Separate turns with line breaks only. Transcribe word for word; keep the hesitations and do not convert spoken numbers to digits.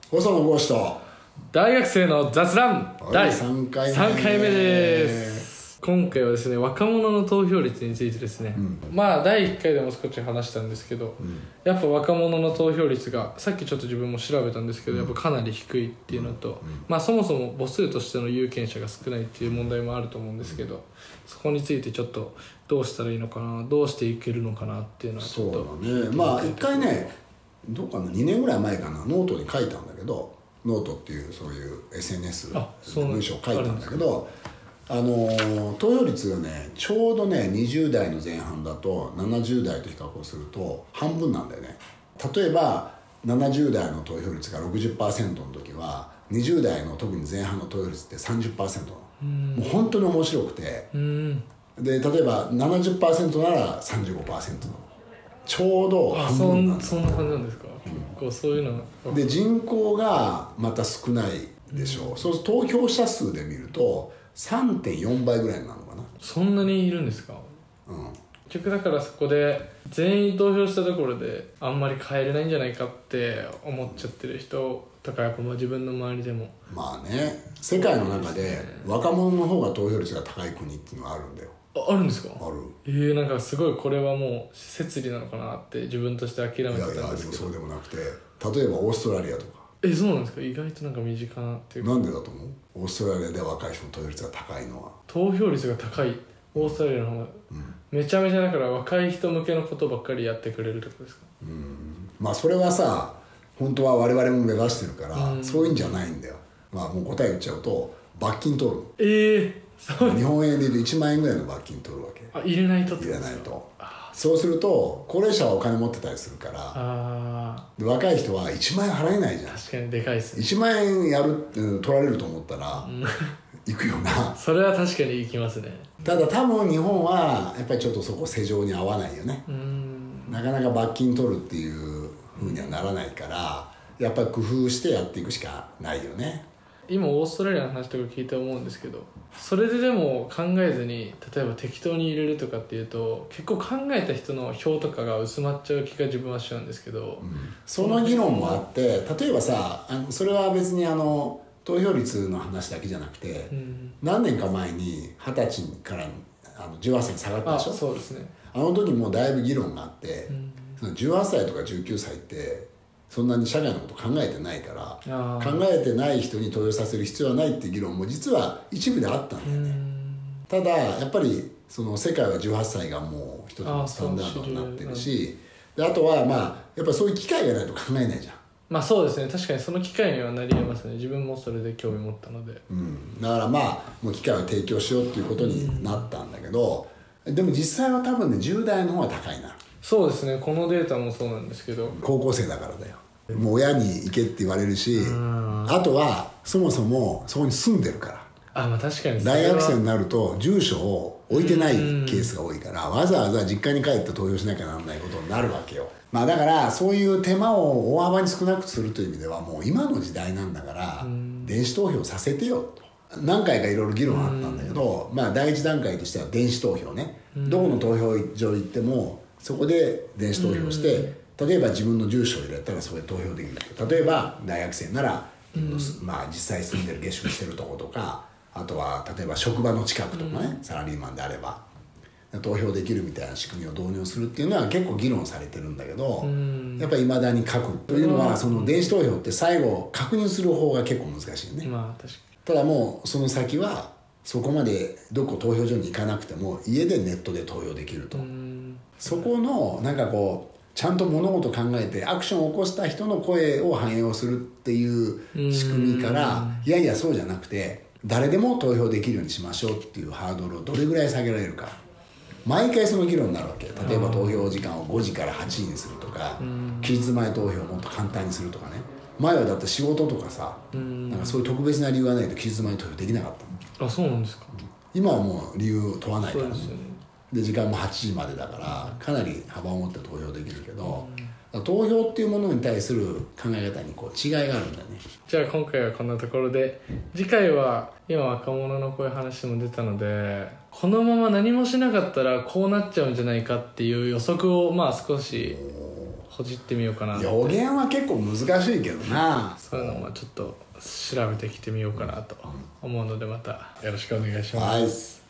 細野豪志と
大学生の雑談第
さんかいめ
さんかいめです。今回はですね、若者の投票率についてですね、うん、まあだいいっかいでも少し話したんですけど、うん、やっぱ若者の投票率がさっきちょっと自分も調べたんですけど、うん、やっぱかなり低いっていうのと、うん、まあそもそも母数としての有権者が少ないっていう問題もあると思うんですけど、そこについてちょっとどうしたらいいのかな、どうしていけるのかなっていうのはちょっと。
そうだね、まあいっかいね、どうかな、にねんぐらい前かな、ノートに書いたんだけど、ノートっていうそういう エスエヌエス で文章を書いたんだけど、あの投票率がねちょうどねにじゅうだいの前半だとななじゅうだいと比較をすると半分なんだよね。例えばななじゅうだいの投票率が ろくじゅっパーセント の時はにじゅうだいの特に前半の投票率って さんじゅっパーセント なの。もう本当に面白くて、で例えば ななじゅっパーセント なら さんじゅうごパーセント なの。ちょうど半分なんだ。
そんな感じなんですか。結構そういうの
で人口がまた少ないでしょう、うん、そうすると投票者数で見ると さんてんよんばいぐらいになるのかな。
そんなにいるんですか。うん、結局だからそこで全員投票したところであんまり変えれないんじゃないかって思っちゃってる人とかやっぱ自分の周りでも
まあね、世界の中で若者の方が投票率が高い国っていうのがあるんだよ。
あ, あるんですか。
ある。
えー、なんかすごいこれはもう摂理なのかなって自分として諦めてたんですけど。いやいやでも
そうでもなくて、例えばオーストラリアとか。
えそうなんですか。意外となんか身近なっていうか。
なんでだと思う。オーストラリアで若い人の投票率が高いのは。
投票率が高いオーストラリアの方が、うん、めちゃめちゃだから若い人向けのことばっかりやってくれるってことですか。
うん、まあそれはさ本当は我々も目指してるから、うん、そういうんじゃないんだよ。まあもう答え言っちゃうと罰金取る。
ええー、そう。
日本円で言うといちまんえんぐらいの罰金取るわけ。
あ入れないとって
入れないと。そうすると高齢者はお金持ってたりするから、あで若い人はいちまんえん払えないじゃん。
確かにでかいっすね。
いちまんえんやる、うん、取られると思ったら、うん、行くよな。
それは確かに行きますね。
ただ多分日本はやっぱりちょっとそこ世情に合わないよね。うんなかなか罰金取るっていう風にはならないから、やっぱり工夫してやっていくしかないよね。
今オーストラリアの話とか聞いて思うんですけど、それででも考えずに例えば適当に入れるとかっていうと結構考えた人の票とかが薄まっちゃう気が自分はしちゃうんですけど、うん、
その議論もあって、例えばさあのそれは別にあの投票率の話だけじゃなくて、うん、何年か前にはたちからあのじゅうはっさいに下がったでしょ。
あそうですね。
あの時もだいぶ議論があって、うん、そのじゅうはっさいとかじゅうきゅうさいってそんなに社会のこと考えてないから考えてない人に投票させる必要はないっていう議論も実は一部であったんだよね。ただやっぱりその世界はじゅうはっさいがもう一つのスタンダードになってるし、あ, であとはまあやっぱりそういう機会がないと考えないじゃん。
まあそうですね、確かにその機会にはなり得ますね。自分もそれで興味持ったので、
うん、だからまあもう機会を提供しようっていうことになったんだけど、でも実際は多分ねじゅうだいの方が高いな。
そうですね、このデータもそうなんですけど
高校生だからだよ。もう親に行けって言われるし、あとはそもそもそこに住んでるから。
あ、まあ確かに
大学生になると住所を置いてないケースが多いから、わざわざ実家に帰って投票しなきゃならないことになるわけよ。まあだからそういう手間を大幅に少なくするという意味ではもう今の時代なんだから電子投票させてよと何回かいろいろ議論あったんだけど、まあ第一段階としては電子投票ね。どこの投票所行ってもそこで電子投票して、例えば自分の住所を入れたらそこで投票できる。例えば大学生なら、まあ、実際住んでる下宿してるとことか、あとは例えば職場の近くとかね、サラリーマンであれば投票できるみたいな仕組みを導入するっていうのは結構議論されてるんだけど、やっぱりいまだに書くというのはその電子投票って最後確認する方が結構難しいよね。
まあ確かに。
ただもうその先はそこまでどこ投票所に行かなくても家でネットで投票できると。そこのなんかこうちゃんと物事を考えてアクションを起こした人の声を反映するっていう仕組みから、いやいやそうじゃなくて誰でも投票できるようにしましょうっていうハードルをどれぐらい下げられるか、毎回その議論になるわけ。例えば投票時間をごじからはちじにするとか、期日前投票をもっと簡単にするとかね。前はだって仕事とかさ、なんかそういう特別な理由がないと期日前投票できなかった。
あ、そうなんですか。
今はもう理由問わないからね。
そうですよね。
で時間もはちじまでだからかなり幅を持って投票できるけど、うん、投票っていうものに対する考え方にこう違いがあるんだよね。
じゃあ今回はこんなところで、次回は今若者のこういう話も出たので、このまま何もしなかったらこうなっちゃうんじゃないかっていう予測をまあ少しほじってみようかなって。
予言は結構難しいけどな。
そういうのもちょっと調べてきてみようかなと思うので、またよろしくお願いします。
はい。